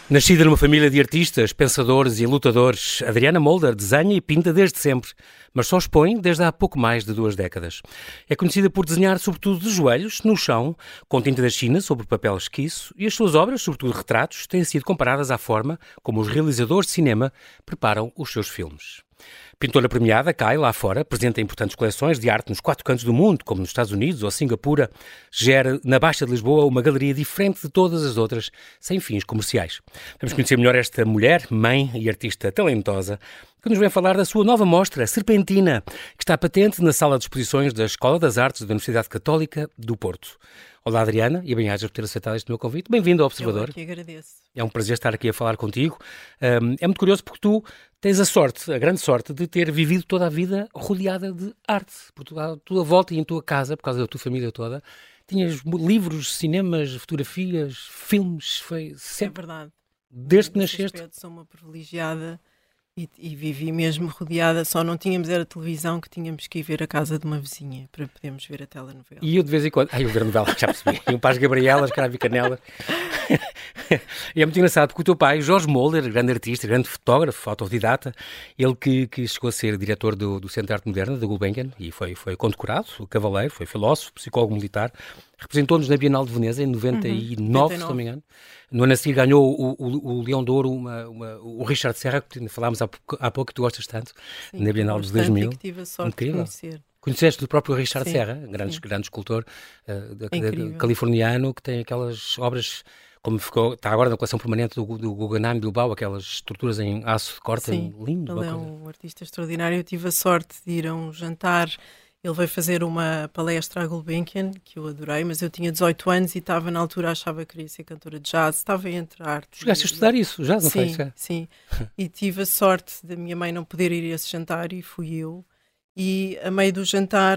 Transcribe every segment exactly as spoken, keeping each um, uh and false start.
Nascida numa família de artistas, pensadores e lutadores, Adriana Mulder desenha e pinta desde sempre, mas só expõe desde há pouco mais de duas décadas. É conhecida por desenhar sobretudo de joelhos, no chão, com tinta da China sobre papel esquiço, e as suas obras, sobretudo retratos, têm sido comparadas à forma como os realizadores de cinema preparam os seus filmes. Pintora premiada, cai lá fora, presente em importantes coleções de arte nos quatro cantos do mundo, como nos Estados Unidos ou Singapura, gera na Baixa de Lisboa uma galeria diferente de todas as outras, sem fins comerciais. Vamos conhecer melhor esta mulher, mãe e artista talentosa, que nos vem falar da sua nova mostra, Serpentina, que está patente na Sala de Exposições da Escola das Artes da Universidade Católica do Porto. Olá, Adriana, e bem-ajas por ter aceitado este meu convite. Bem-vindo ao Observador. Eu que agradeço. É um prazer estar aqui a falar contigo. Um, é muito curioso porque tu tens a sorte, a grande sorte, de ter vivido toda a vida rodeada de arte. Por toda a tua volta e em tua casa, por causa da tua família toda. Tinhas livros, cinemas, fotografias, filmes, foi sempre... É verdade. Desde que Nesse nasceste. aspecto, sou uma privilegiada e, e vivi mesmo rodeada. Só não tínhamos era televisão, que tínhamos que ir ver a casa de uma vizinha para podermos ver a telenovela. E eu de vez em quando... Ai, eu ver a novela, já percebi. E um para as Gabrielas, Cravo e Canela. E é muito engraçado porque o teu pai, Jorge Mulder, grande artista, grande fotógrafo, autodidata, ele que, que chegou a ser diretor do, do Centro de Arte Moderna, da Gulbenkian, e foi, foi condecorado, o cavaleiro, foi filósofo, psicólogo militar, representou-nos na Bienal de Veneza em noventa e nove, uhum, se não me engano. No ano a seguir ganhou o, o, o Leão de Ouro, uma, uma, o Richard Serra, que falámos há, há pouco que tu gostas tanto, sim, na Bienal de dois mil. Que tive a sorte Incrível. de conhecer. Conheceste o próprio Richard sim, Serra, grande, grande escultor uh, da, é da, californiano, que tem aquelas obras... Como ficou, está agora na coleção permanente do, do Guggenheim Bilbao, aquelas estruturas em aço de corte, sim, lindo. Ele é um artista extraordinário. Eu tive a sorte de ir a um jantar. Ele veio fazer uma palestra à Gulbenkian, que eu adorei, mas eu tinha dezoito anos e estava na altura, achava que queria ser cantora de jazz, estava entre a arte. Chegaste a estudar isso, jazz, não foi? Sim, sim. E tive a sorte da minha mãe não poder ir a esse jantar e fui eu. E a meio do jantar,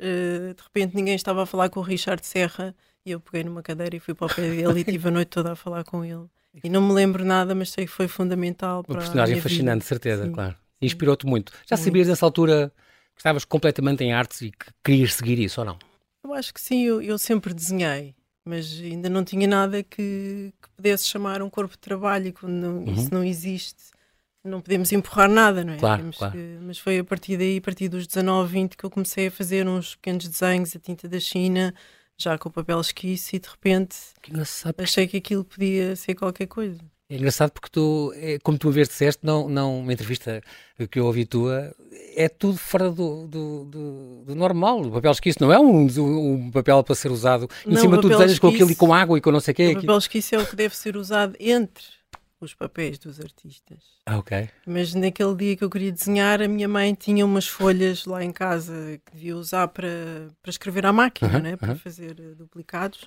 de repente ninguém estava a falar com o Richard Serra. E eu peguei numa cadeira e fui para o pé dele e tive a noite toda a falar com ele. E não me lembro nada, mas sei que foi fundamental para a minha vida. Uma personagem fascinante, de certeza, sim, claro. Inspirou-te muito. Já muito. sabias nessa altura que estavas completamente em artes e que querias seguir isso, ou não? Eu acho que sim, eu, eu sempre desenhei, mas ainda não tinha nada que, que pudesse chamar um corpo de trabalho, e quando não, uhum. isso não existe, não podemos empurrar nada, não é? Claro, Temos claro. Que, mas foi a partir daí, a partir dos dezanove, vinte, que eu comecei a fazer uns pequenos desenhos, a tinta da China, já com o papel esquiço, e de repente que engraçado, achei que aquilo podia ser qualquer coisa. É engraçado porque tu, é, como tu uma vez disseste, não, não, uma entrevista que eu ouvi tua, é tudo fora do, do, do, do normal. O papel esquiço não é um, um papel para ser usado em não, cima, tu desenhas com aquilo e com água e com não sei o quê. O papel esquiço é o que deve ser usado entre os papéis dos artistas. Ah, ok. Mas naquele dia que eu queria desenhar, a minha mãe tinha umas folhas lá em casa que devia usar para, para escrever à máquina, uh-huh, né? Para uh-huh. fazer uh, duplicados.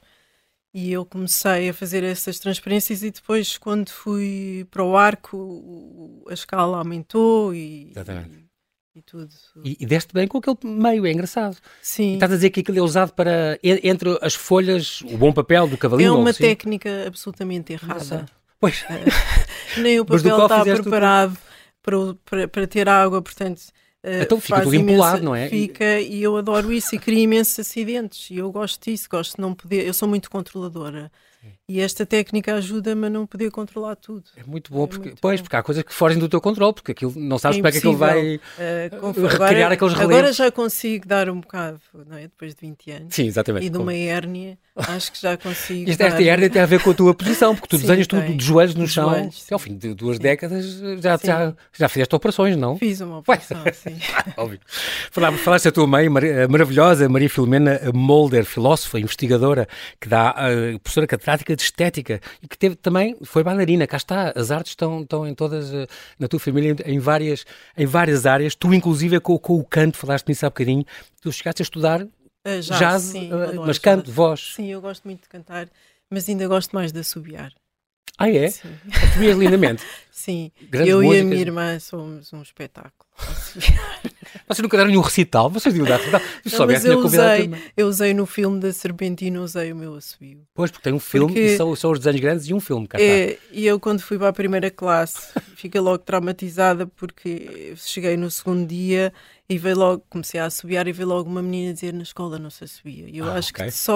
E eu comecei a fazer essas transparências e depois, quando fui para o arco, o, a escala aumentou e, e, e tudo. E, e deste bem com aquele meio, é engraçado. Sim. E estás a dizer que aquilo é usado para, entre as folhas, o bom papel do cavalinho? É uma assim? técnica absolutamente errada. Pois. Nem o papel está preparado para, para, para ter água, portanto... Uh, então fica tudo empolado, não é? Fica, e eu adoro isso e cria imensos acidentes. E eu gosto disso, gosto de não poder... Eu sou muito controladora. Sim. E esta técnica ajuda-me a não poder controlar tudo. É muito bom, é porque, muito pois, bom. porque há coisas que fogem do teu controle, porque aquilo não sabes é como é que aquilo vai uh, recriar agora, aqueles relevos. Agora já consigo dar um bocado, não é? Depois de vinte anos. Sim, exatamente. E de uma hérnia, acho que já consigo. Esta dar... hérnia tem a ver com a tua posição, porque tu sim, desenhas tem. tudo de joelhos no de chão. Joelhos, até ao fim de duas sim. décadas já, já, já fizeste operações, não? Fiz uma operação, Ué. sim. Óbvio. Falaste da tua mãe, a maravilhosa Maria Filomena Mulder, filósofa, investigadora, que dá uh, professora catedrática de estética e que teve também, foi bailarina, cá está, as artes estão, estão em todas, uh, na tua família, em várias, em várias áreas, tu inclusive com, com o canto, falaste nisso há bocadinho, tu chegaste a estudar uh, já, jazz, sim, uh, mas canto, jazz. voz. Sim, eu gosto muito de cantar, mas ainda gosto mais de assobiar. Ah, é? Sim. Assobias lindamente? Sim, Grandes eu músicas. E a minha irmã somos um espetáculo. Vocês nunca deram nenhum recital? Vocês deviam dar recital? Não, mas eu usei, eu usei no filme da Serpentina, usei o meu assobio. Pois, porque tem um filme porque, e são, são os desenhos grandes e um filme, cá é, E eu, quando fui para a primeira classe, fiquei logo traumatizada porque cheguei no segundo dia e veio logo, comecei a assobiar e veio logo uma menina dizer na escola não se assobia. E eu ah, acho okay. que só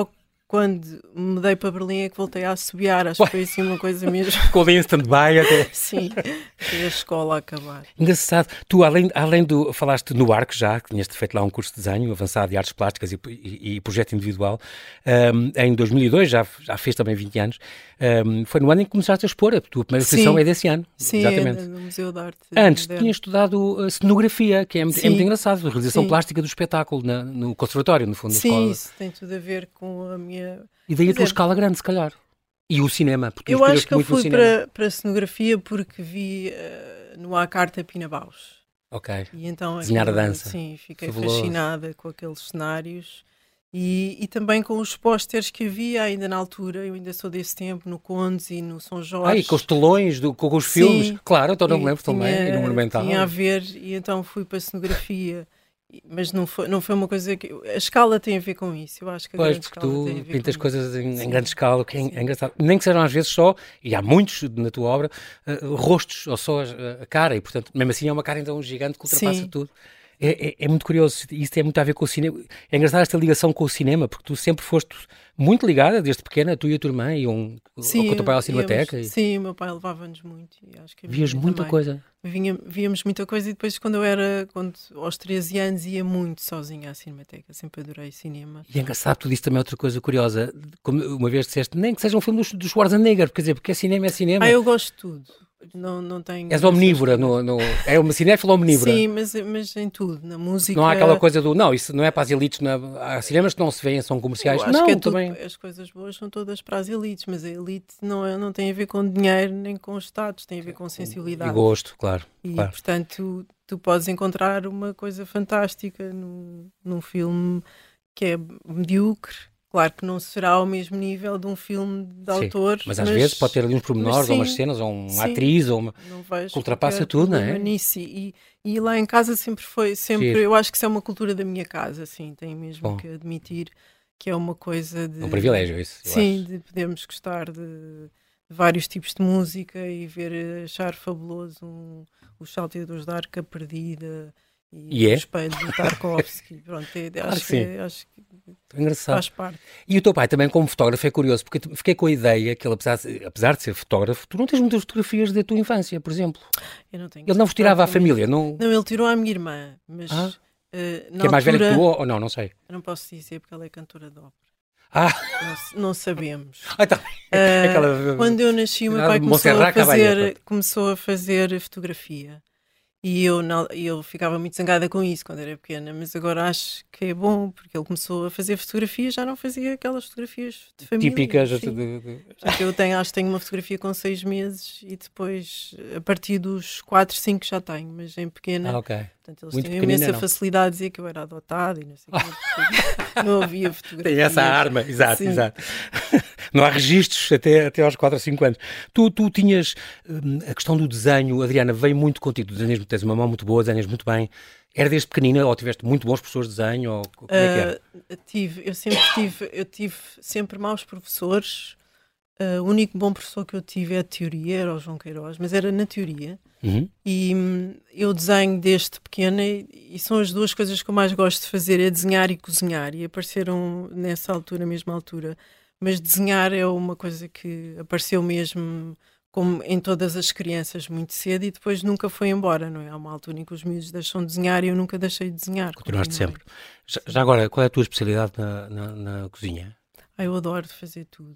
quando me mudei para Berlim é que voltei a assobiar. Acho que foi assim uma coisa mesmo. Ficou ali em stand-by até. Sim, até a escola acabar. Engraçado. Tu, além, além do... Falaste no Arco já, que tinhas feito lá um curso de desenho avançado de artes plásticas e, e, e projeto individual. Um, em dois mil e dois, já, já fez também vinte anos. Um, foi no ano em que começaste a expor. A tua primeira exposição é desse ano. Sim, exatamente. É no Museu de Arte. Antes, tinhas estudado uh, cenografia, que é, é muito engraçado. A realização Sim. plástica do espetáculo na, no conservatório, no fundo, da Sim, escola. Sim, isso tem tudo a ver com a minha... E daí a tua dizer, escala grande, se calhar. E o cinema, porque tu eu acho que eu fui para, para a cenografia porque vi uh, no A Carta Pina Bausch. Ok. E então, desenhar a dança. Sim, fiquei Fabuloso. fascinada com aqueles cenários e, e também com os pósteres que havia ainda na altura. Eu ainda sou desse tempo, no Condes e no São Jorge. Ah, e com os telões, do, com os sim, filmes. Claro, então não me lembro tinha, também. E no Monumental. Tinha a ver, e então fui para a cenografia. Mas não foi, não foi uma coisa que... A escala tem a ver com isso. Eu acho que a pois, grande porque escala tu tem a ver pintas com coisas em, isso. em grande escala, que é, é engraçado. Nem que sejam às vezes só, e há muitos na tua obra, uh, rostos, ou só a, a cara, e portanto, mesmo assim é uma cara então gigante que ultrapassa Sim. tudo. É, é, é muito curioso, isso tem muito a ver com o cinema. É engraçado esta ligação com o cinema, porque tu sempre foste muito ligada, desde pequena, tu e a tua irmã, iam sim, com o teu pai à Cinemateca. Íamos, e... Sim, o meu pai levava-nos muito. E acho que Vias muita também. coisa. Vinha, víamos muita coisa e depois quando eu era, quando, aos treze anos, ia muito sozinha à Cinemateca. Sempre adorei cinema. E é engraçado, tu disse também outra coisa curiosa, como uma vez disseste, nem que seja um filme do, do Schwarzenegger, quer dizer, porque é cinema, é cinema. Ah, eu gosto de tudo. Não, não tenho... És omnívora, no, no, é uma cinéfila omnívora. Sim, mas, mas em tudo, na música... Não há aquela coisa do, não, isso não é para as elites, não, há cinemas que não se veem, são comerciais. Eu acho não, que é também... tudo, as coisas boas são todas para as elites, mas a elite não, é, não tem a ver com dinheiro nem com status, tem a ver com sensibilidade. E gosto, claro. E, claro. portanto, tu, tu podes encontrar uma coisa fantástica num, num filme que é medíocre. Claro que não será ao mesmo nível de um filme de sim, autor. Mas às mas, vezes pode ter ali uns pormenores, ou umas cenas, ou uma sim, atriz, ou uma... Não vejo que ultrapassa tudo, não é? Nisso. E, e lá em casa sempre foi, sempre, eu acho que isso é uma cultura da minha casa, assim, tenho mesmo Bom. que admitir que é uma coisa de... É um privilégio isso, eu Sim, acho. de podermos gostar de, de vários tipos de música e ver, achar fabuloso um, os Salteadores da Arca Perdida... E, e o é? espelho de Tarkovsky, pronto, é, claro acho, que que, acho que engraçado. Faz parte. E o teu pai também como fotógrafo é curioso, porque fiquei com a ideia que ele, apesar de, apesar de ser fotógrafo, tu não tens muitas fotografias da tua infância, por exemplo. Eu não tenho. Ele não vos tirava à família, não? Não, ele tirou à minha irmã, mas... Ah? Uh, na que é mais altura, velha que tu ou não, não sei. Eu não posso dizer porque ela é cantora de ópera. Ah! Não, não sabemos. Ah, tá. uh, Aquela... Quando eu nasci, o meu pai começou a, fazer, começou a fazer fotografia. E eu, eu ficava muito zangada com isso quando era pequena, mas agora acho que é bom, porque ele começou a fazer fotografias, já não fazia aquelas fotografias de família. Típicas. De, de... Portanto, eu tenho, acho que tenho uma fotografia com seis meses e depois, a partir dos quatro, cinco já tenho, mas em pequena. Ah, ok. Portanto, eles muito tinham imensa não. facilidade a dizer que eu era adotada e não sei o que. Não havia fotografia. Tem essa arma, exato, Sim. exato. Não há registros até, até aos quatro ou cinco anos. Tu, tu tinhas hum, a questão do desenho, Adriana, veio muito contigo. Tu desenhas, tens uma mão muito boa, desenhas muito bem. Era desde pequenina ou tiveste muito bons professores de desenho? Ou, como é que era? Uh, tive, eu sempre tive, eu tive sempre maus professores. Uh, o único bom professor que eu tive é a teoria, era o João Queiroz, mas era na teoria. Uhum. E hum, eu desenho desde pequena e, e são as duas coisas que eu mais gosto de fazer, é desenhar e cozinhar. E apareceram nessa altura, mesma altura. Mas desenhar é uma coisa que apareceu mesmo como em todas as crianças muito cedo e depois nunca foi embora, não é? Há uma altura em que os miúdos deixam de desenhar e eu nunca deixei de desenhar. Continuaste sempre. Já, já agora, qual é a tua especialidade na, na, na cozinha? Ah, eu adoro fazer tudo.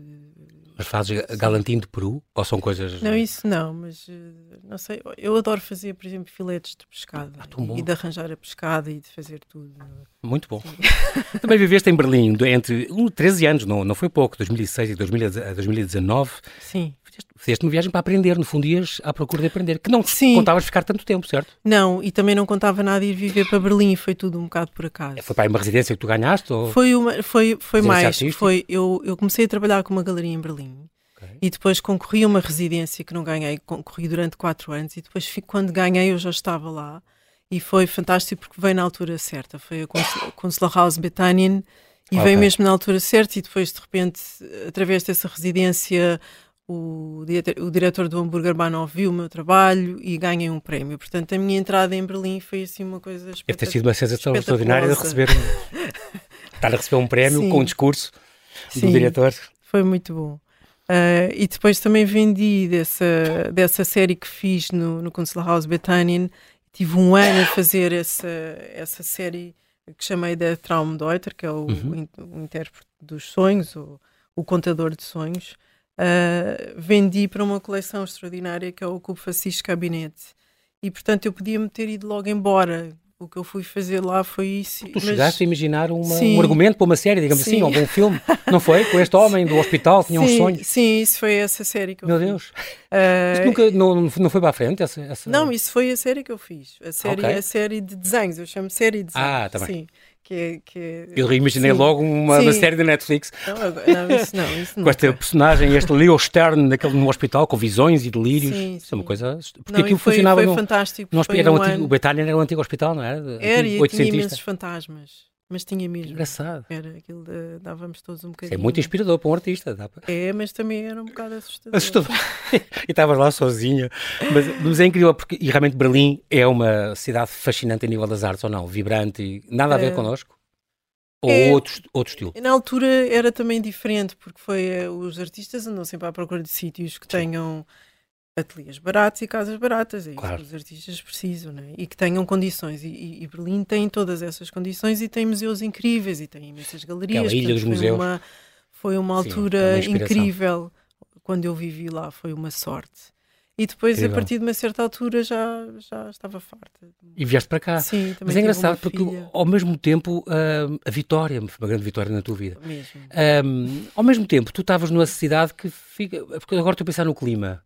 Mas fazes galantinho de peru? Ou são coisas... Não, isso não, mas não sei. Eu adoro fazer, por exemplo, filetes de pescada. Ah, tão bom. E de arranjar a pescada e de fazer tudo. Muito bom. Também viveste em Berlim entre treze anos, não, não foi pouco, dois mil e seis e dois mil e dezanove. Sim. Fizeste uma viagem para aprender, no fundo ias à procura de aprender, que não Sim. contavas ficar tanto tempo, certo? Não, e também não contava nada ir viver para Berlim, foi tudo um bocado por acaso. Foi para uma residência que tu ganhaste? Ou... Foi, uma, foi, foi mais, foi, eu, eu comecei a trabalhar com uma galeria em Berlim okay. e depois concorri a uma residência que não ganhei, concorri durante quatro anos e depois quando ganhei eu já estava lá e foi fantástico porque veio na altura certa, foi a Künstlerhaus Bethanien e okay. veio mesmo na altura certa e depois de repente, através dessa residência... O diretor, o diretor do Hamburger Bahnhof viu o meu trabalho e ganhei um prémio. Portanto, a minha entrada em Berlim foi assim uma coisa espetacular. Deve ter sido uma sensação extraordinária de receber um... estar a receber um prémio Sim. com um discurso. do diretor. Foi muito bom. Uh, e depois também vendi dessa, dessa série que fiz no, no Kunstlerhaus Bethanien. Tive um ano a fazer essa, essa série que chamei de Traumdeuter, que é o, uhum. o, o intérprete dos sonhos, o, o contador de sonhos. Uh, vendi para uma coleção extraordinária que é o Kupferstiche Kabinett. E, portanto, eu podia-me ter ido logo embora. O que eu fui fazer lá foi isso. Tu mas... chegaste a imaginar uma, um argumento para uma série, digamos sim. assim, ou um filme, não foi? Com este homem do hospital que tinha sim, um sonho. Sim, isso foi essa série que eu Meu fiz. Meu Deus. Uh... Isto nunca, não, não foi para a frente? Essa, essa... Não, isso foi a série que eu fiz. A série okay. é a série de desenhos. Eu chamo série de desenhos. Ah, tá bem. Sim. Que é, que é... Eu imaginei sim. logo uma, uma série da Netflix. Não, não, isso não. Isso com esta personagem, este Leo Stern naquele, no hospital, com visões e delírios. Sim, isso é uma coisa... Porque não, aquilo foi, funcionava... Foi no, fantástico. No, foi era um um antigo, ano... O Bethanien era um antigo hospital, não era? Era, e tinha imensos fantasmas. Mas tinha mesmo. Engraçado. Era aquilo de, dávamos todos um bocadinho. Isso é muito inspirador para um artista. Dá para... É, mas também era um bocado assustador. Assustador. E estavas lá sozinha. Mas, mas é incrível, porque e realmente Berlim é uma cidade fascinante a nível das artes, ou não? Vibrante e nada a ver é... connosco? Ou é... outro, outro estilo? Na altura era também diferente, porque foi, os artistas andam sempre à procura de sítios que tenham ateliês baratos e casas baratas, é isso claro. que os artistas precisam, né? E que tenham condições, e, e, e Berlim tem todas essas condições e tem museus incríveis e tem imensas galerias. Aquela ilha dos foi museus. Uma, foi uma altura Sim, é uma incrível, quando eu vivi lá, foi uma sorte. E depois, incrível. A partir de uma certa altura, já, já estava farta. E vieste para cá. Sim, também Mas é engraçado, porque filha. ao mesmo tempo, uh, a vitória, foi uma grande vitória na tua vida. Mesmo. Um, ao mesmo tempo, tu estavas numa cidade que fica... Porque agora estou a pensar no clima.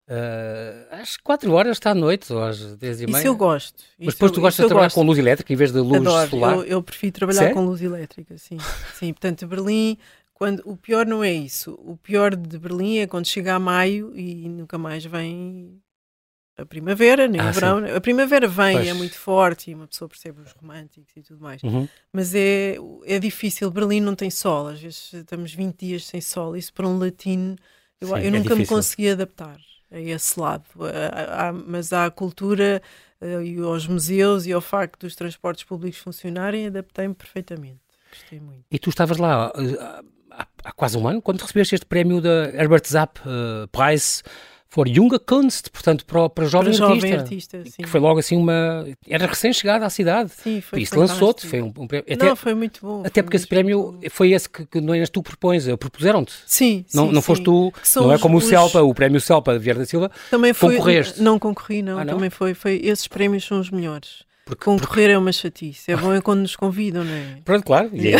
Uh, às quatro horas está à noite, ou às dez e meia. Isso eu gosto. Mas depois eu, tu gostas de trabalhar gosto. com luz elétrica em vez de luz Adoro. solar? Eu, eu prefiro trabalhar Sério? com luz elétrica, sim. Sim, portanto, Berlim, quando, o pior não é isso. O pior de Berlim é quando chega a maio e nunca mais vem a primavera, nem ah, o verão. Sim. A primavera vem, pois. é muito forte e uma pessoa percebe os românticos e tudo mais. Uhum. Mas é, é difícil. Berlim não tem sol. Às vezes estamos vinte dias sem sol. Isso para um latino, eu, sim, eu é nunca difícil. me consegui adaptar a esse lado, há, há, mas à cultura uh, e aos museus e ao facto dos transportes públicos funcionarem, adaptei-me perfeitamente. Gostei muito. E tu estavas lá uh, há, há quase um ano, quando recebeste este prémio da Herbert Zapp uh, Prize for Junge Kunst, portanto, para, para jovem para artista. Jovem artista, sim. Que foi logo assim uma... Era recém-chegada à cidade. Sim, foi isso lançou-te. Foi um, um prémio. Até, não, foi muito bom. Até porque esse prémio bom. Foi esse que, que não eras tu que propões, propuseram-te. Sim, não, sim. Não foste sim. tu, não é como os... o CELPA, o prémio CELPA de Vieira da Silva, também foi, concorreste. Não concorri, não. Ah, não? Também foi, foi. Esses prémios são os melhores. Porque, Concorrer porque... é uma chatice. É bom é quando nos convidam, não é? Pronto, claro. E é.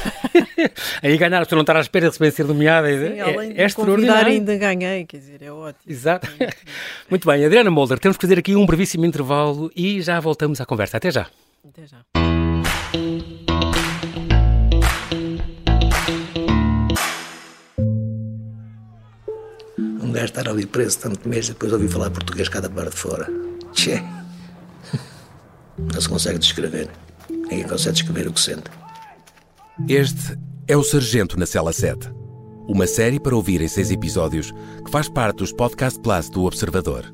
Aí ganhar, tu não estar à espera de receber ser nomeada. Sim, é, além de é convidar, ainda ganhei, quer dizer, é ótimo. Exato. É muito, muito bem, Adriana Molder, temos que fazer aqui um brevíssimo intervalo e já voltamos à conversa. Até já. Até já. Um gajo estar ali preso tanto mês e depois ouvir falar português cá da parte de fora. Tchê. Não se consegue descrever. Ninguém consegue descrever o que sente. Este é o Sargento na Cela sete. Uma série para ouvir em seis episódios que faz parte dos Podcast Plus do Observador.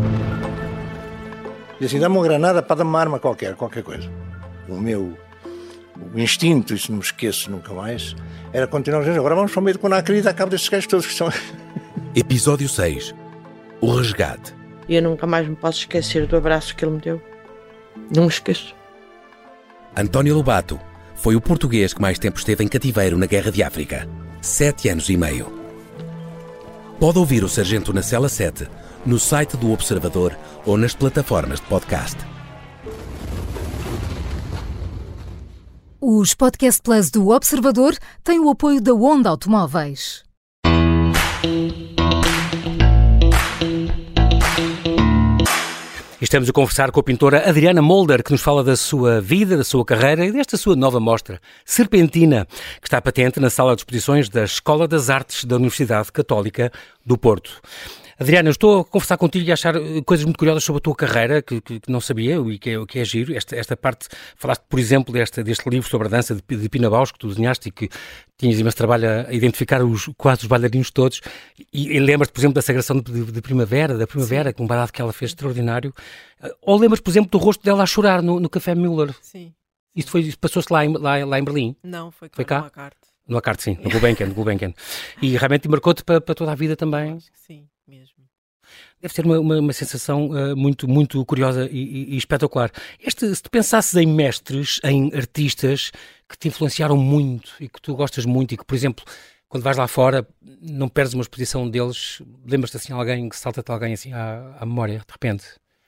E assim, dá-me uma granada para dar uma arma qualquer, qualquer coisa. O meu o instinto, isso não me esqueço nunca mais, era continuar a dizer, agora vamos para o meio de Conakry e dar cabo destes gajos todos que são... Episódio seis. O Resgate. E eu nunca mais me posso esquecer do abraço que ele me deu. Não me esqueço. António Lobato foi o português que mais tempo esteve em cativeiro na Guerra de África. Sete anos e meio. Pode ouvir o Sargento na Cela sete no site do Observador ou nas plataformas de podcast. Os Podcast Plus do Observador têm o apoio da Onda Automóveis. Estamos a conversar com a pintora Adriana Molder, que nos fala da sua vida, da sua carreira e desta sua nova mostra, Serpentina, que está patente na sala de exposições da Escola das Artes da Universidade Católica do Porto. Adriana, eu estou a conversar contigo e a achar coisas muito curiosas sobre a tua carreira, que, que, que não sabia e que é, que é giro. Esta, esta parte, falaste, por exemplo, desta, deste livro sobre a dança de, de Pina Bausch, que tu desenhaste e que tinhas imenso trabalho a identificar os, quase os bailarinos todos. E, e lembras-te, por exemplo, da Sagração de, de, de Primavera, da Primavera, com um barato que ela fez extraordinário. Ou lembras, por exemplo, do rosto dela a chorar no, no Café Müller? Sim. Isso, foi, isso passou-se lá em, lá, lá em Berlim? Não, foi cá. Foi cá? No Acarte, sim, no Gulbenkian, no Gulbenkian. E realmente marcou-te para, para toda a vida também. Acho que sim, mesmo. Deve ser uma, uma, uma sensação uh, muito, muito curiosa e, e, e espetacular. Este, se tu pensasses em mestres, em artistas que te influenciaram muito e que tu gostas muito e que, por exemplo, quando vais lá fora, não perdes uma exposição deles, lembras-te assim alguém que salta-te alguém assim à, à memória, de repente?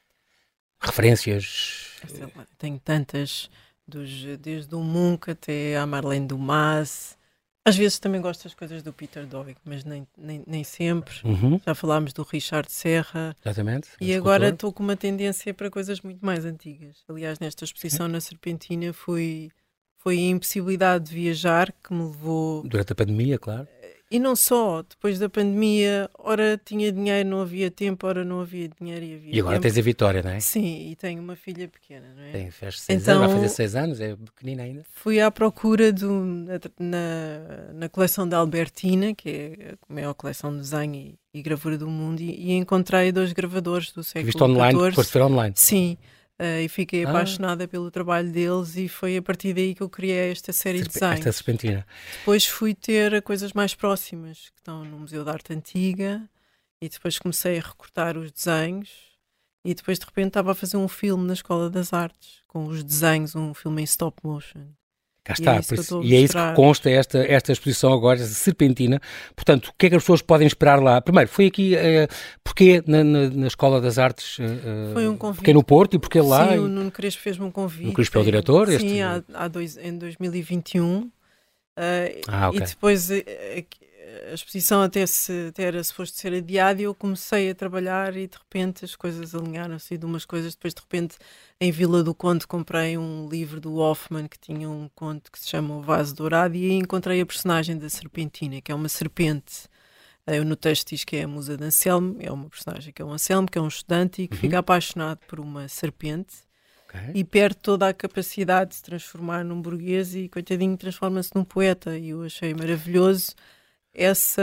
Referências? Sei lá, tenho tantas, dos, desde o Munch até à Marlene Dumas. Às vezes também gosto das coisas do Peter Doig, mas nem, nem, nem sempre. Uhum. Já falámos do Richard Serra. Exatamente. E agora estou com uma tendência para coisas muito mais antigas. Aliás, nesta exposição na Serpentina foi, foi a impossibilidade de viajar que me levou... Durante a pandemia, claro. E não só, depois da pandemia, ora tinha dinheiro, não havia tempo, ora não havia dinheiro e havia E agora tempo. tens a Vitória, não é? Sim, e tenho uma filha pequena, não é? Tem, fez seis Então, anos, vai fazer seis anos, é pequenina ainda. Fui à procura do, na, na, na coleção da Albertina, que é a maior coleção de desenho e, e gravura do mundo, e, e encontrei dois gravadores do século Viste online, catorze. foste ver online. Sim, uh, e fiquei Ah. apaixonada pelo trabalho deles e foi a partir daí que eu criei esta série de desenhos. Esta Serpentina. Depois fui ter coisas mais próximas, que estão no Museu de Arte Antiga, e depois comecei a recortar os desenhos, e depois de repente estava a fazer um filme na Escola das Artes, com os desenhos, um filme em stop motion. Cá E está, é isso por que eu isso- estou a e é isso que mostrar. consta esta, esta exposição agora, esta Serpentina. Portanto, o que é que as pessoas podem esperar lá? Primeiro, foi aqui, eh, porquê na, na, na Escola das Artes? eh, Foi um convite. Porquê no Porto e porquê lá? Sim, E- o Nuno Crespo fez-me um convite. Nuno Crespo é o em- diretor, Sim, este- há, há dois, em dois mil e vinte e um. Uh, Ah, ok. E depois eh, eh, a exposição até, se, até era suposto ser adiada e eu comecei a trabalhar e de repente as coisas alinharam-se e de umas coisas. Depois de repente em Vila do Conde comprei um livro do Hoffman que tinha um conto que se chama O Vaso Dourado e aí encontrei a personagem da Serpentina, que é uma serpente. Eu no texto diz que é a musa de Anselmo, é uma personagem que é um Anselmo, que é um estudante e que Uhum. fica apaixonado por uma serpente. Ok. E perde toda a capacidade de se transformar num burguês e, coitadinho, transforma-se num poeta. E eu achei maravilhoso essa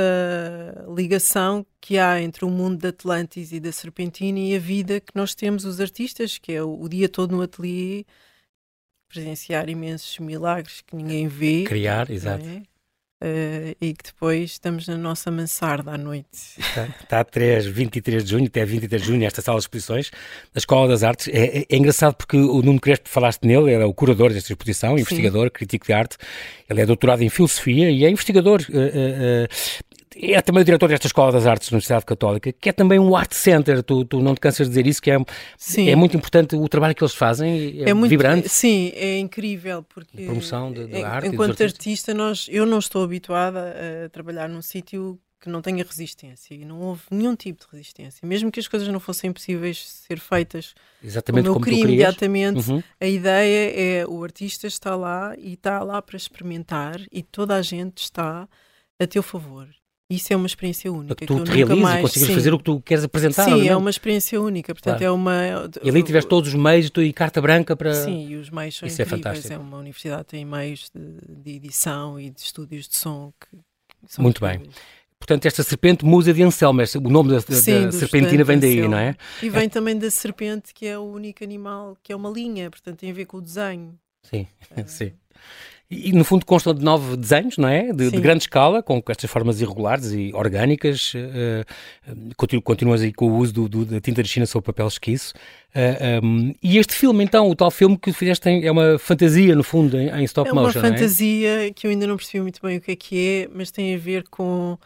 ligação que há entre o mundo de Atlantis e da Serpentina e a vida que nós temos, os artistas, que é o, o dia todo no ateliê, presenciar imensos milagres que ninguém vê. Criar, não exato. é? Uh, e que depois estamos na nossa mansarda à noite. Está, está a três, vinte e três de junho, até vinte e três de junho, esta sala de exposições da Escola das Artes. É, é, é engraçado porque o Nuno Crespo, falaste nele, era o curador desta exposição, Sim. investigador, crítico de arte. Ele é doutorado em Filosofia e é investigador. Uh, uh, uh, é também o diretor desta Escola das Artes da Universidade Católica, que é também um art center. Tu, tu não te cansas de dizer isso, que é, Sim. é muito importante o trabalho que eles fazem. É, É muito vibrante. Sim, é incrível porque Promoção de- da en- arte e dos enquanto artistas. artista nós, eu não estou habituada a trabalhar num sítio que não tenha resistência e não houve nenhum tipo de resistência, mesmo que as coisas não fossem possíveis de ser feitas Exatamente como eu como tu queria querias. imediatamente. Uhum. A ideia é o artista está lá e está lá para experimentar e toda a gente está a teu favor. Isso é uma experiência única. Para que tu eu te nunca realizes mais... e consigas sim. fazer o que tu queres apresentar. Sim, obviamente. é uma experiência única. Portanto, Claro. é uma... E ali tiveste todos os meios tu, e carta branca para... Sim, e os meios são Isso é incríveis. fantástico. É uma universidade que tem meios de, de edição e de estúdios de som que são Muito bem. incríveis. Portanto, esta serpente, musa de Anselmo, este- o nome da, da- Sim, da do serpentina vem daí, estudante não é? Anselmo. E vem também da serpente, que é o único animal, que é uma linha, portanto tem a ver com o desenho. Sim, sim. E, e, no fundo constam de nove desenhos, não é? De, de Sim. grande escala, com, com estas formas irregulares e orgânicas. eh, eh, continu, continuas aí com o uso do, do- da tinta de China sobre papel esquiço. Eh, um, e este filme, então, o tal filme que fizeste, tem- é uma fantasia, no fundo, em, em stop É uma motion, não é? fantasia que eu ainda não percebi muito bem o que é que é, mas tem a ver com...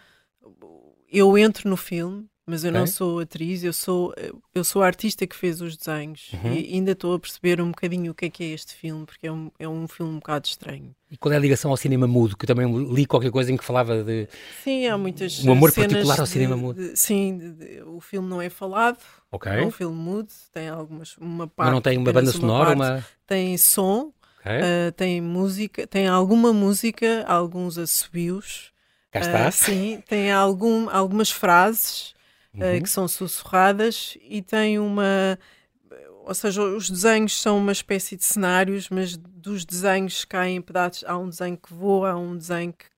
Eu entro no filme, mas eu não Ok. sou atriz, eu sou, eu sou a artista que fez os desenhos. Uhum. E ainda estou a perceber um bocadinho o que é que é este filme, porque é um, é um filme um bocado estranho. E qual é a ligação ao cinema mudo? Que eu também li qualquer coisa em que falava de... Sim, há muitas Um amor cenas particular ao de- cinema mudo. de- sim, de- de- o filme não é falado, Ok, é um filme mudo, tem algumas, uma parte... mas não tem uma banda apenas sonora, parte, uma... Tem som, Ok, uh, tem música, tem alguma música, alguns assobios. cá está. Uh, sim, tem algum, algumas frases uh, Uhum. que são sussurradas e tem uma... Ou seja, os desenhos são uma espécie de cenários, mas dos desenhos caem pedaços. Há um desenho que voa, há um desenho que,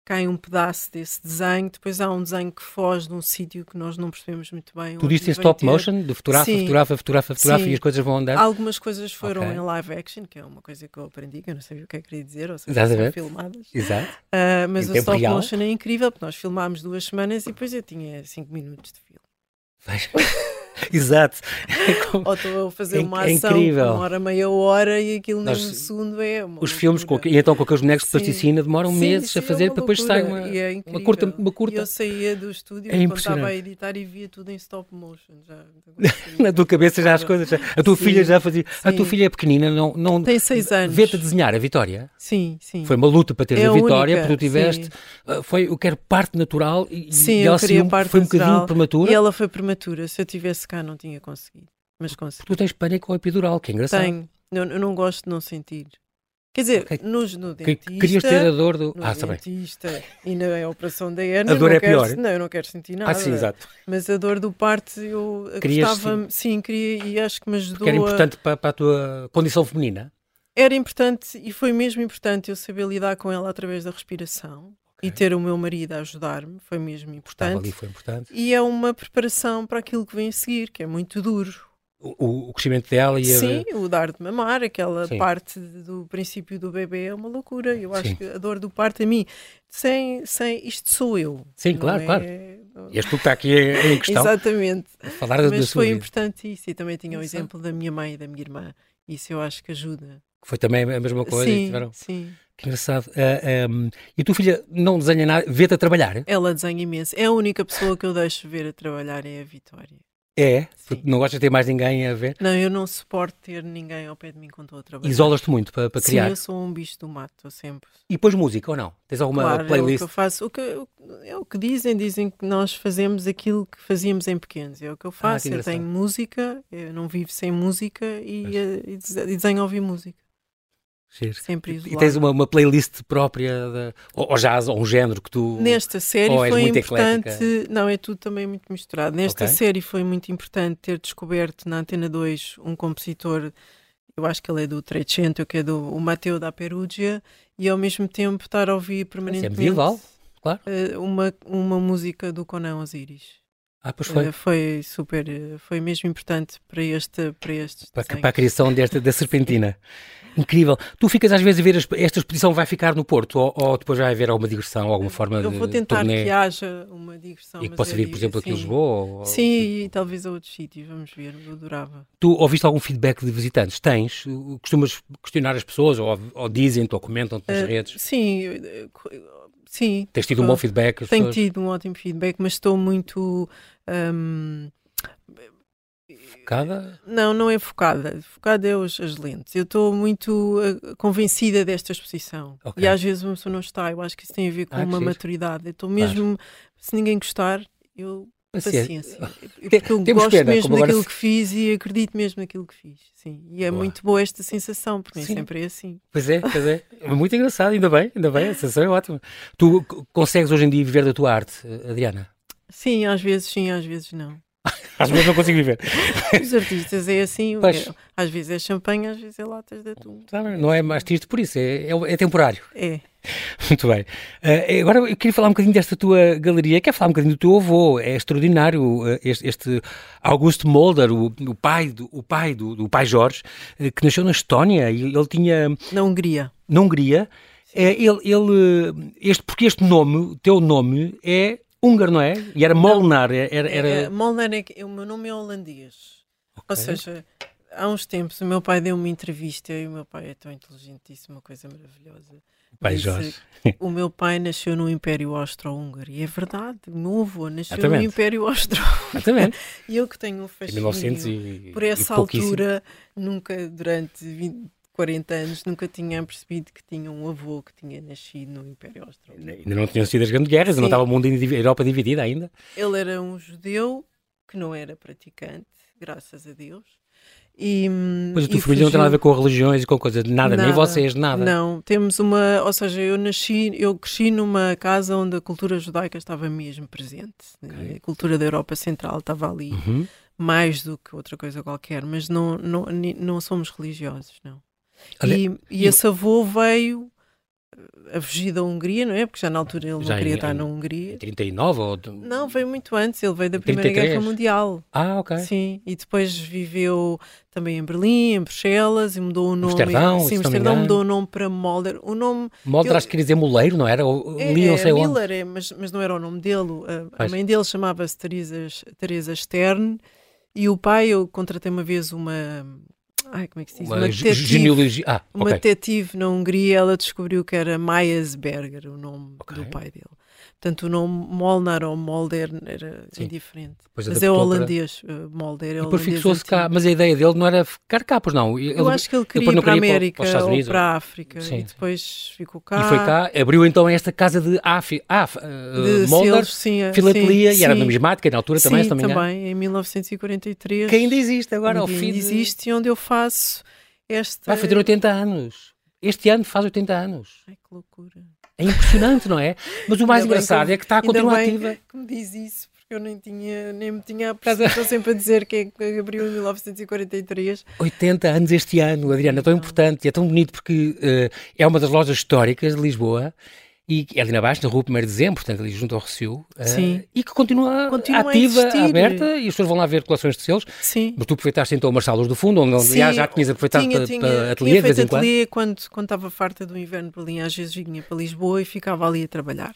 cai um pedaço desse desenho, depois há um desenho que foge de um sítio que nós não percebemos muito bem. Tu disse em stop ter... motion, de fotografa, Sim. fotografa, fotografa, fotografa Sim. e as coisas vão andar? Algumas coisas foram okay. em live action, que é uma coisa que eu aprendi, que eu não sabia o que é que queria dizer, ou seja, são filmadas. Exato. Uh, mas em o stop real. motion é incrível, porque nós filmámos duas semanas e depois eu tinha cinco minutos de filme. Exato. Ou estou a fazer é, uma é ação incrível. que demora meia hora e aquilo Nós, num segundo é uma os filmes, com, e então com aqueles bonecos de plasticina demoram sim, meses sim, a fazer é para depois sair uma, é uma curta. Uma curta. E eu saía do estúdio é quando estava a editar e via tudo em stop motion. Já, na tua cabeça já as coisas. Já, a tua sim, filha já fazia. Sim. A tua filha é pequenina, não, não tem seis anos. Vê-te a desenhar a Vitória? Sim, sim. Foi uma luta para teres é a Vitória, única, porque tu tiveste. Uh, foi, eu quero parte natural e, sim, e ela eu queria saiu, parte foi um natural, bocadinho prematura. E ela foi prematura. Se eu tivesse cá, não tinha conseguido. Mas consegui. Tu tens pânico ao epidural, que é engraçado. Tenho. Eu, eu não gosto de não sentir. Quer dizer, okay. nos, no dentista... Querias ter a dor do... No ah, dentista e na operação da hérnia... A dor não é quero, pior? Não, eu não quero sentir nada. Ah, sim, exato. Mas a dor do parto, eu Querias gostava... Sim. sim, queria e acho que me ajudou Porque era importante a... para, para a tua condição feminina? Era importante e foi mesmo importante eu saber lidar com ela através da respiração. Okay. E ter o meu marido a ajudar-me, foi mesmo importante. Estava ali, foi importante. E é uma preparação para aquilo que vem a seguir, que é muito duro. O, o crescimento dela e a... Sim, o dar de mamar, aquela Sim. parte do princípio do bebê é uma loucura. Eu acho Sim. que a dor do parto a mim, sem, sem isto sou eu. Sim, claro, é... claro. E és tu que está aqui em questão. Exatamente. A falar Mas da sua foi vida. importante isso. E também tinha o Exato. exemplo da minha mãe e da minha irmã. Isso eu acho que ajuda. Foi também a mesma coisa. Sim, e tiveram... sim. Que engraçado. Uh, um, e a tua filha não desenha nada, vê-te a trabalhar? Ela desenha imenso. É a única pessoa que eu deixo ver a trabalhar é a Vitória. É? Porque não gostas de ter mais ninguém a ver? Não, eu não suporto ter ninguém ao pé de mim quando estou a trabalhar. Isolas-te muito para, para criar? Sim, eu sou um bicho do mato, eu sempre. E depois música ou não? Tens alguma claro, playlist? É o que eu faço. O que, é o que dizem, dizem que nós fazemos aquilo que fazíamos em pequenos. É o que eu faço. Ah, que eu tenho música, eu não vivo sem música e, e desenho a ouvir música. Giro. Sempre isolado. E tens uma, uma playlist própria, de, ou, ou jazz, ou um género que tu... Nesta série ou és foi muito importante... eclética? Não, é tudo também muito misturado. Nesta okay. série foi muito importante ter descoberto na Antena dois um compositor, eu acho que ele é do Trecento, que é do o Matteo da Perugia, e ao mesmo tempo estar a ouvir permanentemente... É medieval, claro. Uma, uma música do Conan Osiris. Ah, pois foi. Uh, foi super, foi mesmo importante para este, para estes para, para a criação desta, da serpentina. Incrível. Tu ficas às vezes a ver, esta exposição vai ficar no Porto ou, ou depois vai haver alguma digressão, alguma forma de Eu vou tentar turnê, que haja uma digressão. e que possa vir, por exemplo, aqui em Lisboa? Ou, sim, ou... e talvez a outros sítios, vamos ver, eu adorava. Tu ouviste algum feedback de visitantes? Tens? Costumas questionar as pessoas ou, ou dizem-te ou comentam-te nas uh, redes? Sim, sim. Tens tido um bom feedback? Tenho pessoas... tido um ótimo feedback, mas estou muito... Um, focada? Não, não é focada. Focada é os, as lentes. Eu estou muito uh, convencida desta exposição. Okay. E às vezes uma pessoa não está. Eu acho que isso tem a ver com ah, uma maturidade. Eu estou mesmo... Claro. Se ninguém gostar, eu... Paciência. Porque eu Temos gosto pena, mesmo daquilo agora... que fiz e acredito mesmo naquilo que fiz. Sim. E é boa. Muito boa esta sensação, porque nem sempre é assim. Pois é, pois é. É muito engraçado, ainda bem, ainda bem. A sensação é ótima. Tu consegues hoje em dia viver da tua arte, Adriana? Sim, às vezes sim, às vezes não. Às vezes não consigo viver. Os artistas é assim, é, às vezes é champanhe, às vezes é latas de atum. Não é mais triste por isso, é, é, é temporário. É. Muito bem. Uh, agora eu queria falar um bocadinho desta tua galeria, quero falar um bocadinho do teu avô, é extraordinário, uh, este, este Augusto Mulder, o, o pai, do, o pai do, do pai Jorge, uh, que nasceu na Estónia e ele tinha... Na Hungria. Na Hungria. Uh, ele, ele, este, porque este nome, o teu nome é... húngaro, não é? E era Molnar. Era, era... É, Molnar é que o meu nome é holandês. Okay. Ou seja, há uns tempos o meu pai deu uma entrevista e o meu pai é tão inteligente, disse uma coisa maravilhosa. O pai Jorge. O meu pai nasceu no Império Austro-Húngaro. E é verdade, o meu avô nasceu Exatamente. no Império Austro-Húngaro. E eu que tenho um fascínio e, por essa altura, nunca durante vinte, quarenta anos, nunca tinha percebido que tinha um avô que tinha nascido no Império Austro-Húngaro. Ainda não tinham sido as grandes guerras, Sim. não estava o mundo, a Europa dividida ainda. Ele era um judeu que não era praticante, graças a Deus. E, pois a tua família não tem nada a ver com religiões e com coisas, nada, nada, nem vocês, nada. Não, temos uma, ou seja, eu nasci, eu cresci numa casa onde a cultura judaica estava mesmo presente. Okay. A cultura da Europa Central estava ali, uhum. mais do que outra coisa qualquer, mas não, não, não somos religiosos, não. Olha, e, e esse avô veio a fugir da Hungria, não é? Porque já na altura ele Já não queria em- estar na em- Hungria. Em trinta e nove ou... Não, veio muito antes, ele veio da Primeira trinta e três? Guerra Mundial. Ah, ok. Sim, e depois viveu também em Berlim, em Bruxelas, e mudou o nome. Amsterdão, Sim, se não me Amsterdão engano. mudou o nome para Mulder. O nome. Mulder eu- acho que queria dizer moleiro, não era? Ou, É, li não é sei onde. Miller, é, mas, mas não era o nome dele. A, a Pois. mãe dele chamava-se Teresa, Teresa Stern, e o pai, eu contratei uma vez uma. Ai, como é que se diz? Uma Uma ge- detetive, genealogia. Ah, uma ok. detetive na Hungria, ela descobriu que era Meyerberger, o nome Ok. do pai dele. Portanto, o nome Molnar ou Molder era Sim. indiferente. Depois Mas é adaptou para- holandês, uh, Molder. É E depois holandês fixou-se cá. antigo. Mas a ideia dele não era ficar cá, pois não. Ele, Eu acho que ele depois queria não ir para a queria ir para- América para os Estados ou Unidos. para a África Sim. e depois ficou cá. E foi cá, abriu então esta casa de Afi, Af, uh, de Mulder, selos, sim, é, filatelia, sim, e era sim. numismática na altura também, Sim, se não me engano. também, em mil novecentos e quarenta e três. Que ainda existe agora, ao Ainda fim de... existe, e onde eu faço esta... Vai fazer oitenta anos. Este ano faz oitenta anos. Ai, que loucura. É impressionante, não é? Mas o mais Ainda bem engraçado que eu- é que está a ainda continuar bem ativa. que me diz isso, porque eu nem, tinha, nem me tinha apercebido. Estou sempre a dizer que é que abriu em mil novecentos e quarenta e três. oitenta anos este ano, Adriana, é tão importante e é tão bonito porque uh, é uma das lojas históricas de Lisboa e é ali na Baixa, na rua primeiro de dezembro, portanto ali junto ao Recio, uh, Sim. e que continua, Continua a ativa, existir. aberta, e as pessoas vão lá ver coleções de selos. Sim. Mas tu aproveitaste então o Marsalos do Fundo, onde Sim, aliás já tinhas aproveitado tinha, para, tinha, para ateliê tinha de vez feito em quando. ateliê quando, quando estava farta do inverno de Berlim, às vezes vinha para Lisboa e ficava ali a trabalhar.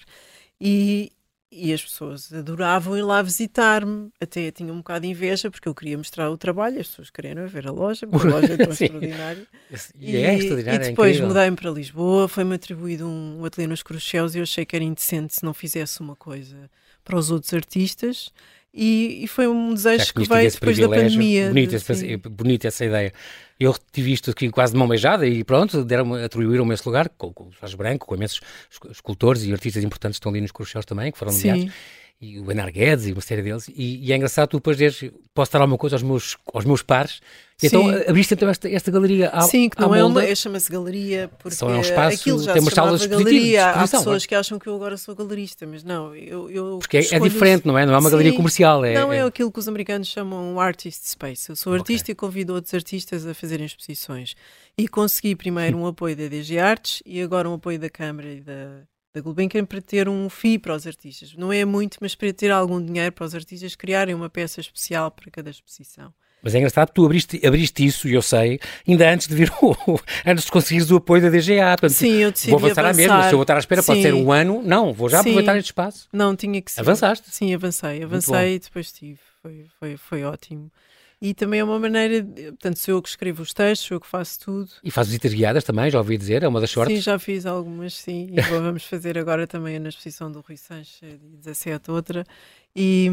E, e as pessoas adoravam ir lá visitar-me, até tinha um bocado de inveja porque eu queria mostrar o trabalho, as pessoas queriam ver a loja, porque a loja é tão Sim. extraordinária. E é extraordinário, e é depois incrível. mudei-me para Lisboa, foi-me atribuído um, um ateliê nos Cruxeus e eu achei que era indecente se não fizesse uma coisa para os outros artistas. E, e foi um Já desejo que tinhas tido veio esse depois da privilégio. pandemia. Bonito, de- esse- sim. bonito essa ideia. Eu tive isto aqui quase de mão beijada e pronto, deram atribuíram-me esse lugar, com, com o Jorge Branco, com imensos escu- escultores e artistas importantes que estão ali nos Cruxeus também, que foram nomeados. Sim. E o Enar Guedes e uma série deles, e, e é engraçado tu depois dizeres, posso dar alguma coisa aos meus, aos meus pares, e então Sim. abriste então esta, esta galeria à, Sim, que à não é uma, Mulder. é, chama-se galeria, porque Só é um espaço, aquilo já tem se umas salas chamava expositivas, de galeria. Há exposição, pessoas não é? que acham que eu agora sou galerista, mas não, eu, eu Porque é, é escolho- diferente, não é? Não é uma galeria Sim. comercial. É, Não, é é- aquilo que os americanos chamam um artist space. Eu sou artista e convido outros artistas a fazerem exposições. E consegui primeiro um apoio da D G Artes e agora um apoio da Câmara e da, da Gulbenkian para ter um F I I para os artistas. Não é muito, mas para ter algum dinheiro para os artistas criarem uma peça especial para cada exposição. Mas é engraçado, tu abriste, abriste isso, e eu sei, ainda antes de vir o, antes de conseguires o apoio da D G A. Portanto, Sim, eu decidi vou avançar, à mesma, se eu vou estar à espera, pode Sim. ser um ano, não, vou já Sim. aproveitar este espaço. Não, tinha que ser. Avançaste? Sim, avancei. Avancei e depois tive. Foi, foi, foi ótimo. E também é uma maneira, de, portanto, sou eu que escrevo os textos, sou eu que faço tudo. E faz visitas guiadas também, já ouvi dizer, é uma das sortes. Sim, já fiz algumas, sim. E vou- vamos fazer agora também na exposição do Rui Sanches, dia dezassete, outra. E,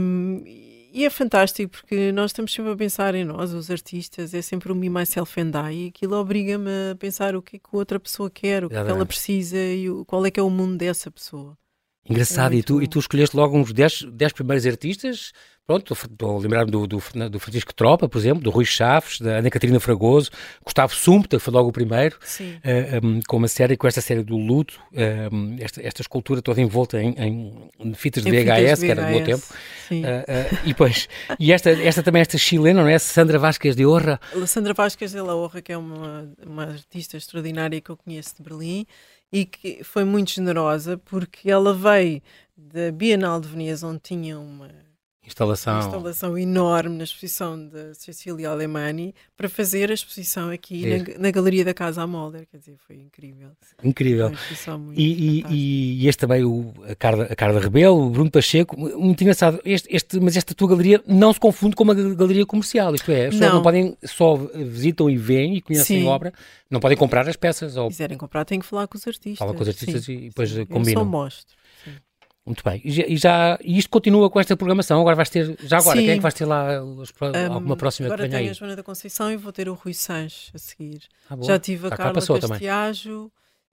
e é fantástico porque nós estamos sempre a pensar em nós, os artistas, é sempre o me, myself and I, e aquilo obriga-me a pensar o que é que a outra pessoa quer, o que, é que ela Exatamente. precisa e o, qual é que é o mundo dessa pessoa. Engraçado, É e, muito tu, bom. e tu escolheste logo uns dez primeiros artistas. Pronto, estou a lembrar-me do, do, do Francisco Tropa, por exemplo, do Rui Chaves, da Ana Catarina Fragoso, Gustavo Sumpta, foi logo o primeiro, Sim. uh, um, com uma série, com esta série do luto, um, esta, esta escultura toda envolta em, em, em fitas de Em V H S, fitas de que era do meu V H S, tempo. Sim. Uh, uh, e depois, e esta, esta também, esta chilena, não é? Sandra Vasquez de Orra. A Sandra Vasquez de la Orra, que é uma, uma artista extraordinária que eu conheço de Berlim e que foi muito generosa porque ela veio da Bienal de Veneza, onde tinha uma Instalação. uma instalação enorme na exposição da Cecília Alemani para fazer a exposição aqui Ver. na, na Galeria da Casa à Mulder, quer dizer, foi incrível. Incrível. Foi uma exposição muito E, e, fantástica. e, e este também, o, a, Carla, a Carla Rebelo, o Bruno Pacheco, muito engraçado. Este, este, mas esta tua galeria não se confunde com uma galeria comercial, isto é, as pessoas Não. não podem, só visitam e veem e conhecem Sim. a obra, não podem comprar as peças. Ou, Se quiserem comprar, têm que falar com os artistas. Fala com os artistas Sim, e depois sim. combinam. Eu só mostro. Sim. muito bem. E, já, e, já, e isto continua com esta programação? Agora vais ter, já agora, Sim. quem é que vais ter lá os, alguma Um, próxima agora que venha tenho aí? a Joana da Conceição e vou ter o Rui Sanches a seguir. Ah, boa. Já tive a Cá Carla passou também. Castiajo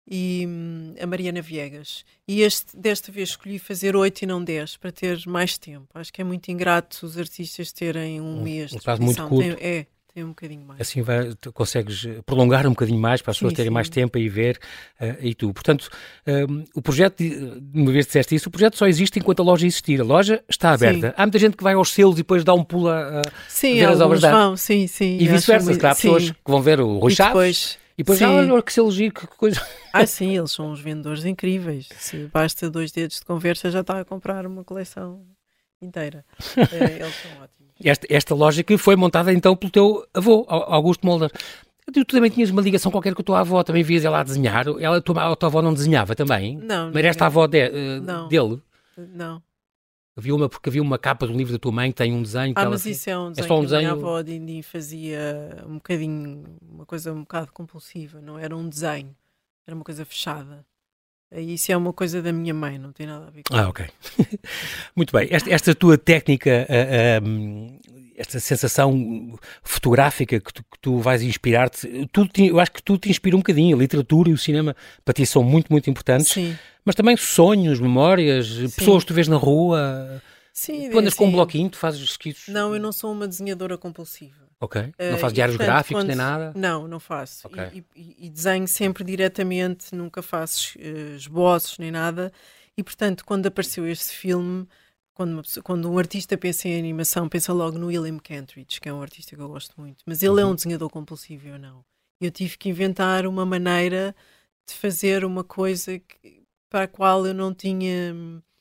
e hum, a Mariana Viegas. E este, desta vez escolhi fazer oito e não dez para ter mais tempo. Acho que é muito ingrato os artistas terem um, Um- mês um de prazo muito exposição. curto. Tem, é, tem um bocadinho mais. Assim vai, tu consegues prolongar um bocadinho mais para as Sim, pessoas terem sim. mais tempo a ir ver uh, e tu. Portanto, um, o projeto, uma vez disseste isso, o projeto só existe enquanto a loja existir. A loja está aberta. Sim. Há muita gente que vai aos selos e depois dá um pulo a, a Sim, ver as obras alguns de arte. vão, sim, sim. E acho vice-versa. muito- Há pessoas sim. que vão ver o Rui E Chaves depois, e depois, Sim. ah, olha que se elogio, que coisa. Ah, sim, eles são uns vendedores incríveis. Se basta dois dedos de conversa, já está a comprar uma coleção inteira. Eh, eles são ótimos. Esta, esta lógica foi montada então pelo teu avô, Augusto Mulder. Tu também tinhas uma ligação qualquer com a tua avó, também vias ela a desenhar. Ela, a, tua, a tua avó não desenhava também? Não. Mas era esta a avó de, uh, Não. dele? Não. Havia uma, porque havia uma capa do livro da tua mãe que tem um desenho. Que Ah, ela mas fez. isso é um desenho só um que a minha desenho- avó Dindi fazia um bocadinho, uma coisa um bocado compulsiva, não era um desenho, era uma coisa fechada. Aí isso é uma coisa da minha mãe, não tem nada a ver com Ah, ok. Muito bem. Esta, esta tua técnica, uh, um, esta sensação fotográfica que tu, que tu vais inspirar-te, tudo te- eu acho que tudo te inspira um bocadinho. A literatura e o cinema para ti são muito, muito importantes. Sim, Mas também sonhos, memórias, pessoas que tu vês na rua. sim. Tu andas é com um assim, bloquinho, tu fazes esquiços. Não, eu não sou uma desenhadora compulsiva. Ok. Não Eh, fazes e, diários portanto, gráficos quando- nem nada. Não, não faço. Ok. E, e- e desenho sempre diretamente, nunca faço eh, esboços nem nada. E portanto, quando apareceu este filme, quando, uma pessoa- quando um artista pensa em animação, pensa logo no William Kentridge, que é um artista que eu gosto muito. Mas ele é Uhum. um desenhador compulsivo, eu não. Eu tive que inventar uma maneira de fazer uma coisa que- para a qual eu não tinha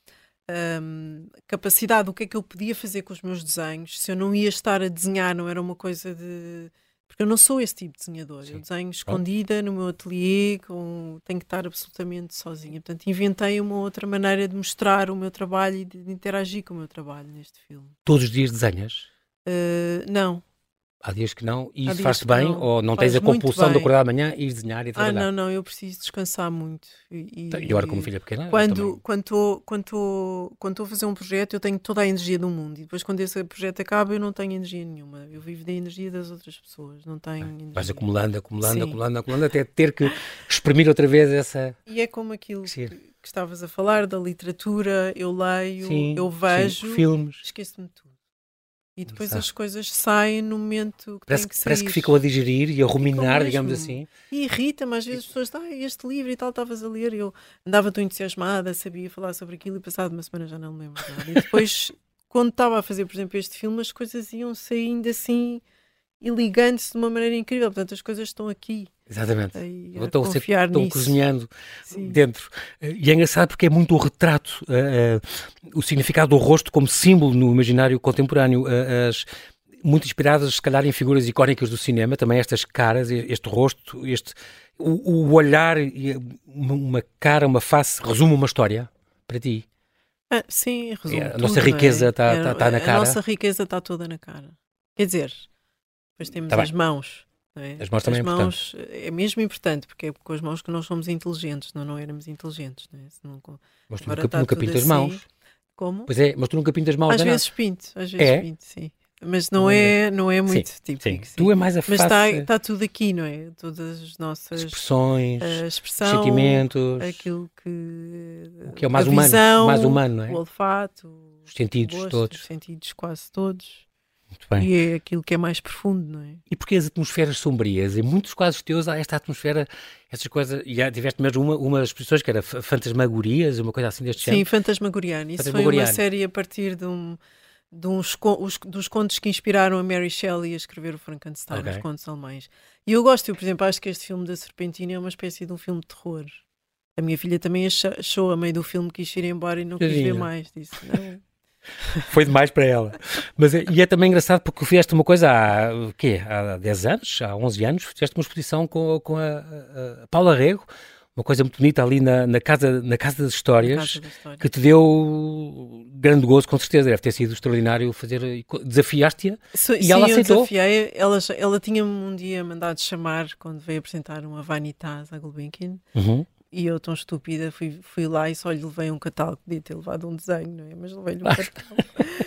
hum, capacidade. O que é que eu podia fazer com os meus desenhos se eu não ia estar a desenhar, não era uma coisa de... Porque eu não sou esse tipo de desenhador. Sim. Eu desenho escondida no meu ateliê, com... tenho que estar absolutamente sozinha. Portanto, inventei uma outra maneira de mostrar o meu trabalho e de, de interagir com o meu trabalho neste filme. Todos os dias desenhas? Uh, não. Há dias que não. E Há isso dias faz-te que bem? não. Ou não Faz tens a muito compulsão de bem. acordar amanhã e ir desenhar e Ah, trabalhar? não, não. Eu preciso descansar muito. E, E agora como filha pequena? eu Quando também. quando estou quando tô- quando tô a fazer um projeto, eu tenho toda a energia do mundo. E depois, quando esse projeto acaba, eu não tenho energia nenhuma. Eu vivo da energia das outras pessoas. Não tenho energia. Vais acumulando, acumulando, Sim. acumulando, acumulando, até ter que exprimir outra vez essa... E é como aquilo Sim. que, que estavas a falar, da literatura. Eu leio, Sim, eu sim, vejo, filmes. esqueço-me de tudo. E depois Exato. as coisas saem no momento que Parece, têm que sair. parece que ficam a digerir e a ruminar, mesmo. digamos assim. E irrita-me, às vezes as pessoas dizem, ah, este livro e tal, estavas a ler, e eu andava tão entusiasmada, sabia falar sobre aquilo, e passado uma semana já não me lembro nada. E depois, quando estava a fazer, por exemplo, este filme, as coisas iam saindo assim e ligando-se de uma maneira incrível. Portanto, as coisas estão aqui. Exatamente. Aí, Ou a Estão, a ser- confiar estão nisso. cozinhando Sim. dentro. Eh, E é engraçado porque é muito o retrato, eh, eh, o significado do rosto como símbolo no imaginário contemporâneo. eh, as, muito inspiradas, se calhar, em figuras icónicas do cinema, também estas caras, este rosto, este, o, o olhar, e uma, uma cara, uma face, resume uma história para ti. Ah, sim, resume É, a tudo, nossa não é? riqueza está É, tá, tá na cara. A nossa riqueza está toda na cara. Quer dizer, depois temos Tá as bem. mãos. Não é? As mãos também é mãos é mesmo importante, porque é com as mãos que nós somos inteligentes, não, não éramos inteligentes. Não é? Se não, Mas tu agora nunca, está nunca tudo pintas assim. mãos. Como? Pois é, mas tu nunca pintas mãos. Às de nada. vezes pinto, às vezes É? pinto, sim. Mas não Não é, não é muito Sim, típico. sim. Tu é mais a Mas face, está tá tudo aqui, não é? Todas as nossas expressões, a os expressão, sentimentos, aquilo que, o que é o mais a humano, visão, mais humano, não é? o olfato, Os sentidos o gosto, todos. os sentidos quase todos. Muito bem. E é aquilo que é mais profundo, não é? E porque as atmosferas sombrias, em muitos quadros teus há esta atmosfera, essas coisas, e há, tiveste mesmo uma, uma das exposições que era f- fantasmagorias, uma coisa assim deste Sim, género. Fantasmagoriano. Isso foi Fantasmagoriano. uma série a partir de um, de uns, con- os- dos contos que inspiraram a Mary Shelley a escrever o Frankenstein, Ok. os contos alemães. E eu gosto, eu, por exemplo, acho que este filme da Serpentina é uma espécie de um filme de terror. A minha filha também achou, achou a meio do filme, quis ir embora e não quis ver Tadinha. mais. Disse, não. Foi demais para ela. Mas, é- e é também engraçado porque fizeste uma coisa há, o quê? Há dez anos, há onze anos, fizeste uma exposição com, com a, a- a Paula Rego, uma coisa muito bonita ali na, na, casa, na Casa das Histórias, Na Casa da História. que te deu grande gozo, com certeza. Deve ter sido extraordinário fazer. Desafiaste-a. So- E sim, ela eu aceitou? desafiei. Ela, já- ela tinha-me um dia mandado chamar quando veio apresentar uma Vanitas à Gulbenkian. Uhum. E eu, tão estúpida, fui, fui lá e só lhe levei um catálogo. Podia ter levado um desenho, não é? Mas levei-lhe um catálogo.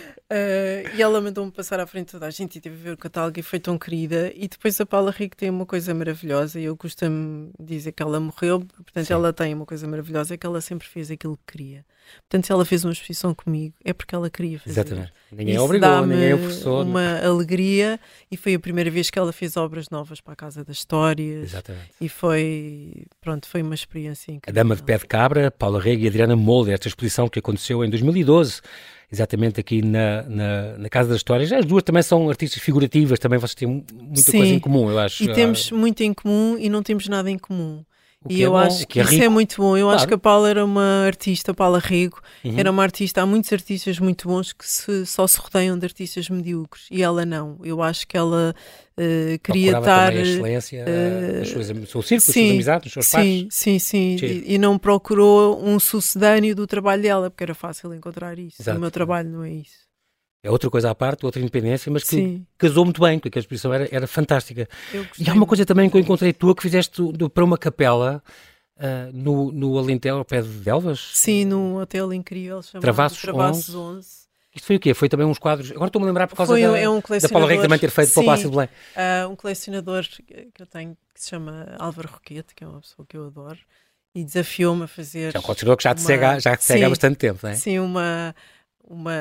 Uh, e ela mandou-me passar à frente de toda a gente e teve a ver o catálogo e foi tão querida. E depois a Paula Rico tem uma coisa maravilhosa, e eu costumo dizer que ela morreu, portanto Sim. ela tem uma coisa maravilhosa, é que ela sempre fez aquilo que queria. Portanto, se ela fez uma exposição comigo, é porque ela queria fazer. Exatamente. Ninguém Isso obrigou, dá-me ninguém ofereceu. uma alegria, e foi a primeira vez que ela fez obras novas para a Casa das Histórias. Exatamente. E foi, pronto, foi uma experiência A incrível. Dama de Pé de Cabra, Paula Rego e Adriana Molde, esta exposição que aconteceu em dois mil e doze, exatamente aqui na, na, na Casa das Histórias. As duas também são artistas figurativas, também vocês têm muita Sim, coisa em comum, eu acho. E temos muito em comum e não temos nada em comum. E é eu bom, acho que, que é isso rico. é muito bom. Eu Claro. acho que a Paula era uma artista, a Paula Rego, Uhum. era uma artista. Há muitos artistas muito bons que se, só se rodeiam de artistas medíocres e ela não. Eu acho que ela uh, queria Procurava estar. também a excelência uh, nas suas, no seu círculo, nas sim, suas amizades, nos seus sim, pares. sim, sim, Sim. e, e não procurou um sucedâneo do trabalho dela, porque era fácil encontrar isso. Exato. O meu trabalho não é isso. É outra coisa à parte, outra independência, mas que Sim, casou muito bem, porque a exposição era, era fantástica. eu E gostei há uma coisa muito. também que eu encontrei tua, que fizeste do- para uma capela uh, no, no Alentejo, ao pé de Delvas. Sim, num hotel incrível chamado Travassos Travassos onze. Isto foi o quê? Foi também uns quadros... Agora estou-me a lembrar por causa Foi, da, é um da Paula Rego colecionador. também ter feito para o Sim. Palácio de Belém. Uh, um colecionador que eu tenho que se chama Álvaro Roquete, que é uma pessoa que eu adoro, e desafiou-me a fazer. É um colecionador que já te uma- segue, há- já te segue há Sim. bastante tempo, não é? Sim, uma, uma,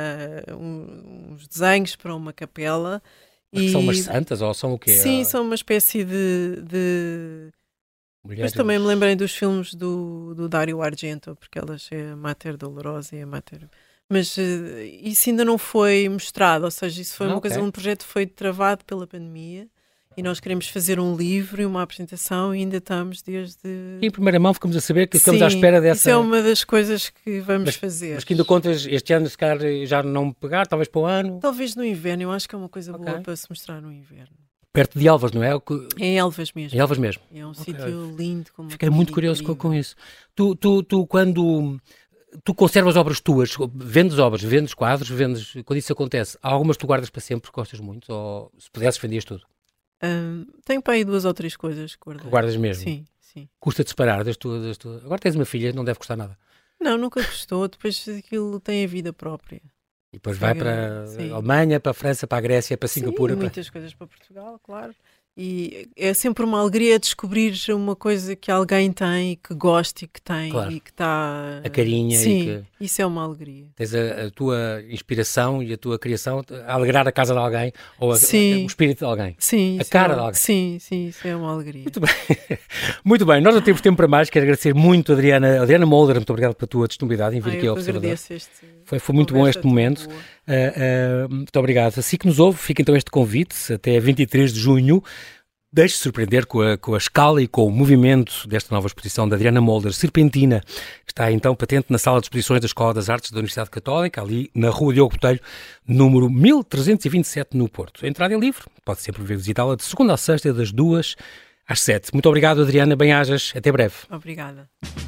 um- uns desenhos para uma capela. Mas que são umas santas ou são o quê? Sim, Ah, são uma espécie de. de... mulheres- Mas também me lembrei dos filmes do, do Dario Argento, porque elas é a Mater Dolorosa e a Mater. Mas eh, isso ainda não foi mostrado, ou seja, isso foi Ah, uma ok. coisa, um projeto que foi travado pela pandemia e nós queremos fazer um livro e uma apresentação e ainda estamos desde. Em primeira mão ficamos a saber que estamos à Sim, espera dessa... Isso é uma das coisas que vamos Mas- fazer. Mas que ainda contas este ano, se calhar já não me pegar, talvez para o ano. Talvez no inverno, eu acho que é uma coisa Ok. boa para se mostrar no inverno. Perto de Elvas, não é? O que- É em Elvas mesmo. Em Elvas mesmo. É um Ok. sítio lindo. Com uma Fiquei muito comida curioso com, incrível. com isso. Tu, tu, tu, quando tu conservas obras tuas, vendes obras, vendes quadros, vendes, quando isso acontece, há algumas que tu guardas para sempre porque gostas muito, ou se pudesses vendias tudo? Hum, tenho para aí duas ou três coisas que guardei. Que guardas mesmo? Sim, sim. Custa-te separar das tuas, das tuas... Agora tens uma filha, não deve custar nada. Não, nunca gostou. Depois aquilo tem a vida própria. E depois Sim, vai para sim. a Alemanha, para a França, para a Grécia, para Singapura. Sim, para... muitas coisas para Portugal, claro. E é sempre uma alegria descobrir uma coisa que alguém tem e que gosta e que tem Claro. e que está. A carinha e Sim, que- isso é uma alegria. Tens a, a tua inspiração e a tua criação a alegrar a casa de alguém ou a- Sim. o espírito de alguém. Sim, A isso cara é de uma... alguém. Sim, sim, isso é uma alegria. Muito bem. Muito bem, nós não temos tempo para mais. Quero agradecer muito a Adriana, Adriana Molder, muito obrigado pela tua disponibilidade em vir Ah, aqui eu ao que Observador. agradeço este. Foi, foi muito bom conversa este tão momento. boa. Uh, uh, muito obrigado. Assim que nos ouve, fica então este convite até vinte e três de junho. Deixe-se surpreender com a, com a escala e com o movimento desta nova exposição da Adriana Molder, Serpentina, que está então patente na Sala de Exposições da Escola das Artes da Universidade Católica, ali na Rua Diogo Botelho, número mil trezentos e vinte e sete, no Porto. A entrada é livre, pode sempre vir visitá-la de segunda a sexta, das duas às sete. Muito obrigado, Adriana, bem-ajas, até breve. Obrigada.